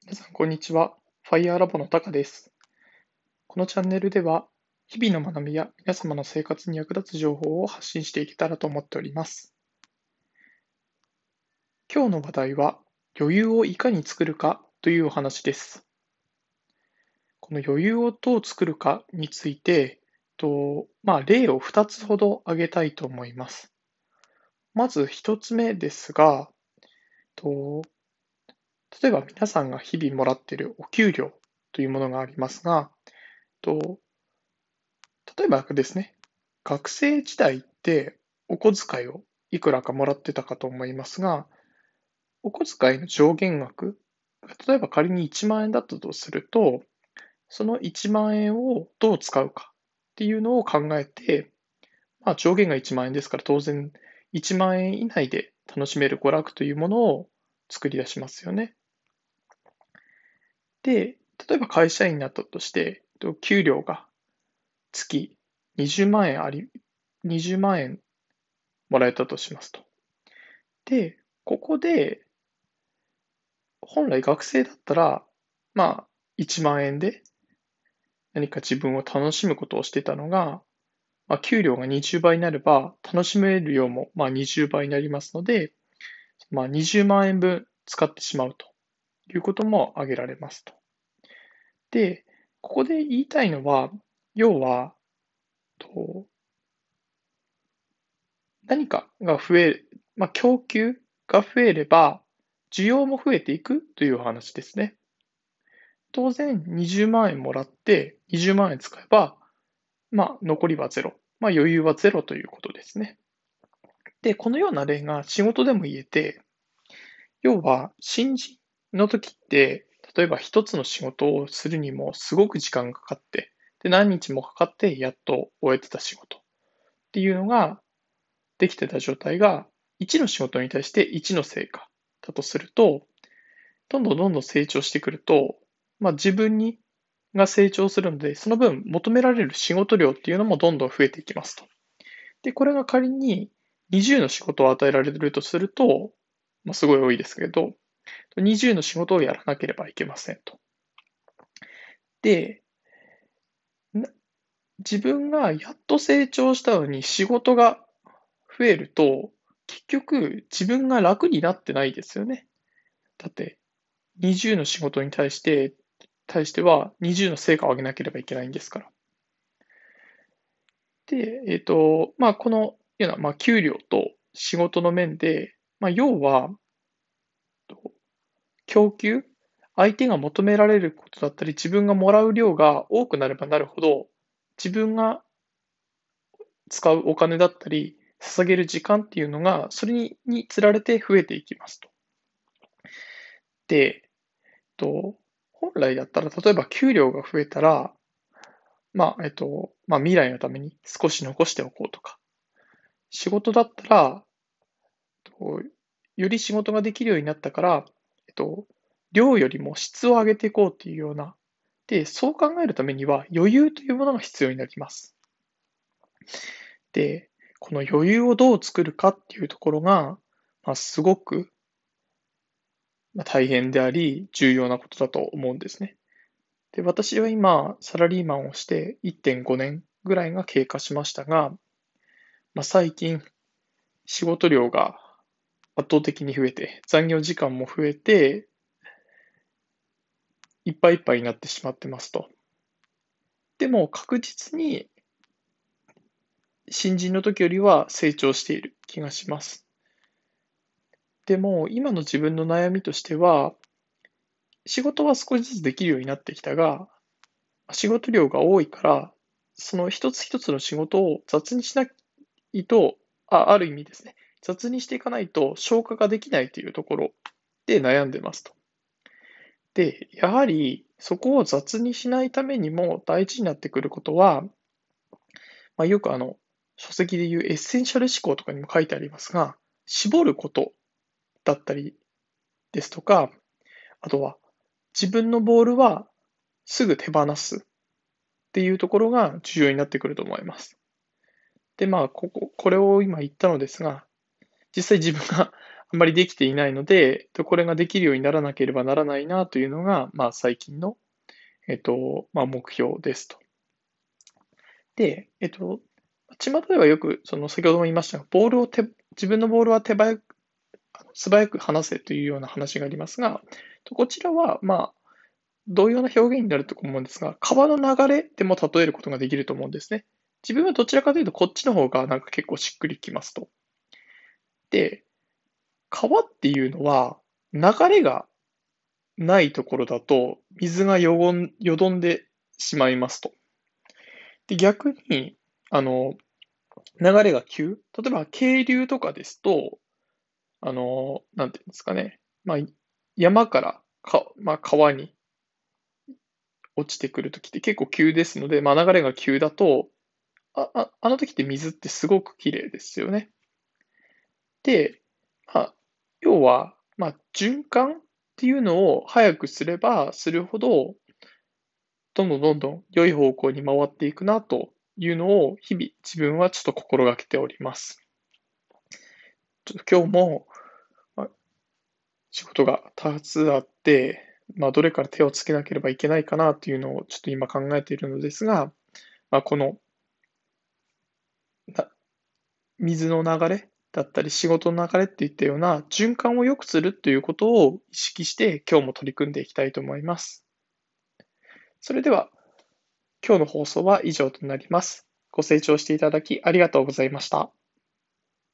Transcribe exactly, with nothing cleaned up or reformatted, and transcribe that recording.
皆さん、こんにちは。ファイヤーラボのタカです。このチャンネルでは、日々の学びや皆様の生活に役立つ情報を発信していけたらと思っております。今日の話題は、余裕をいかに作るかというお話です。この余裕をどう作るかについて、とまあ、例をふたつほど挙げたいと思います。まずひとつめですが、と例えば皆さんが日々もらっているお給料というものがありますが、と例えばですね、学生時代ってお小遣いをいくらかもらってたかと思いますが、お小遣いの上限額、例えば仮にいちまん円だったとすると、そのいちまん円をどう使うかっていうのを考えて、まあ、上限がいちまん円ですから当然いちまん円以内で楽しめる娯楽というものを作り出しますよね。で、例えば会社員になったとして、給料が月にじゅうまん円あり、にじゅうまん円もらえたとしますと。で、ここで、本来学生だったら、まあ、いちまん円で何か自分を楽しむことをしてたのが、まあ、給料がにじゅうばいになれば、楽しめる量もまあにじゅうばいになりますので、まあ、にじゅうまん円分使ってしまうということも挙げられますと。で、ここで言いたいのは、要は、と何かが増える、まあ、供給が増えれば、需要も増えていくという話ですね。当然にじゅうまん円もらってにじゅうまん円使えば、まあ残りはゼロ。まあ余裕はゼロということですね。で、このような例が仕事でも言えて、要は新人の時って、例えば一つの仕事をするにもすごく時間がかかって、で、何日もかかってやっと終えてた仕事っていうのができてた状態がいちの仕事に対していちの成果だとすると、どんどんどんどん成長してくると、まあ自分にが成長するので、その分求められる仕事量っていうのもどんどん増えていきますと。で、これが仮ににじゅうの仕事を与えられるとすると、まあ、すごい多いですけど、にじゅうの仕事をやらなければいけませんと。で、自分がやっと成長したのに仕事が増えると、結局自分が楽になってないですよね。だって、にじゅうの仕事に対して、対してはにじゅうの成果を上げなければいけないんですから。で、えっと、まあ、このような、まあ、給料と仕事の面で、まあ、要は、供給、相手が求められることだったり、自分がもらう量が多くなればなるほど、自分が使うお金だったり、捧げる時間っていうのが、それににつられて増えていきますと。で、と本来だったら、例えば給料が増えたら、まあ、えっと、まあ、未来のために少し残しておこうとか、仕事だったら、とより仕事ができるようになったから、えっと、量よりも質を上げていこうっていうような、で、そう考えるためには余裕というものが必要になります。で、この余裕をどう作るかっていうところが、まあ、すごく大変であり、重要なことだと思うんですね。で、私は今、サラリーマンをしていってんごねんぐらいが経過しましたが、まあ、最近、仕事量が圧倒的に増えて、残業時間も増えて、いっぱいいっぱいになってしまってますと。でも確実に新人の時よりは成長している気がします。でも今の自分の悩みとしては、仕事は少しずつできるようになってきたが、仕事量が多いから、その一つ一つの仕事を雑にしないと、あ、ある意味ですね、雑にしていかないと消化ができないというところで悩んでますと。で、やはりそこを雑にしないためにも大事になってくることは、まあ、よくあの、書籍でいうエッセンシャル思考とかにも書いてありますが、絞ることだったりですとか、あとは自分のボールはすぐ手放すっていうところが重要になってくると思います。で、まあ、ここ、これを今言ったのですが、実際自分があまりできていないので、これができるようにならなければならないなというのが、まあ、最近の、えっと、まあ、目標ですと。で、えっと、巷ではよく、その先ほども言いましたが、ボールを手、自分のボールは手早く、素早く離せというような話がありますが、こちらは、まあ、同様な表現になると思うんですが、川の流れでも例えることができると思うんですね。自分はどちらかというと、こっちの方がなんか結構しっくりきますと。で、川っていうのは、流れがないところだと、水がよごんよどんでしまいますと。で、逆に、あの、流れが急、例えば渓流とかですと、あの、なんていうんですかね、まあ、山からか、まあ、川に落ちてくるときって結構急ですので、まあ、流れが急だと、あ、あ、あの時って水ってすごく綺麗ですよね。で、まあ、要は、まあ、循環っていうのを早くすればするほど、どんどんどんどん良い方向に回っていくなというのを日々自分はちょっと心がけております。ちょっと今日も、まあ、仕事が多数あって、まあ、どれから手をつけなければいけないかなというのをちょっと今考えているのですが、まあ、このな水の流れだったり仕事の流れっていったような循環を良くするということを意識して今日も取り組んでいきたいと思います。それでは今日の放送は以上となります。ご清聴していただきありがとうございました。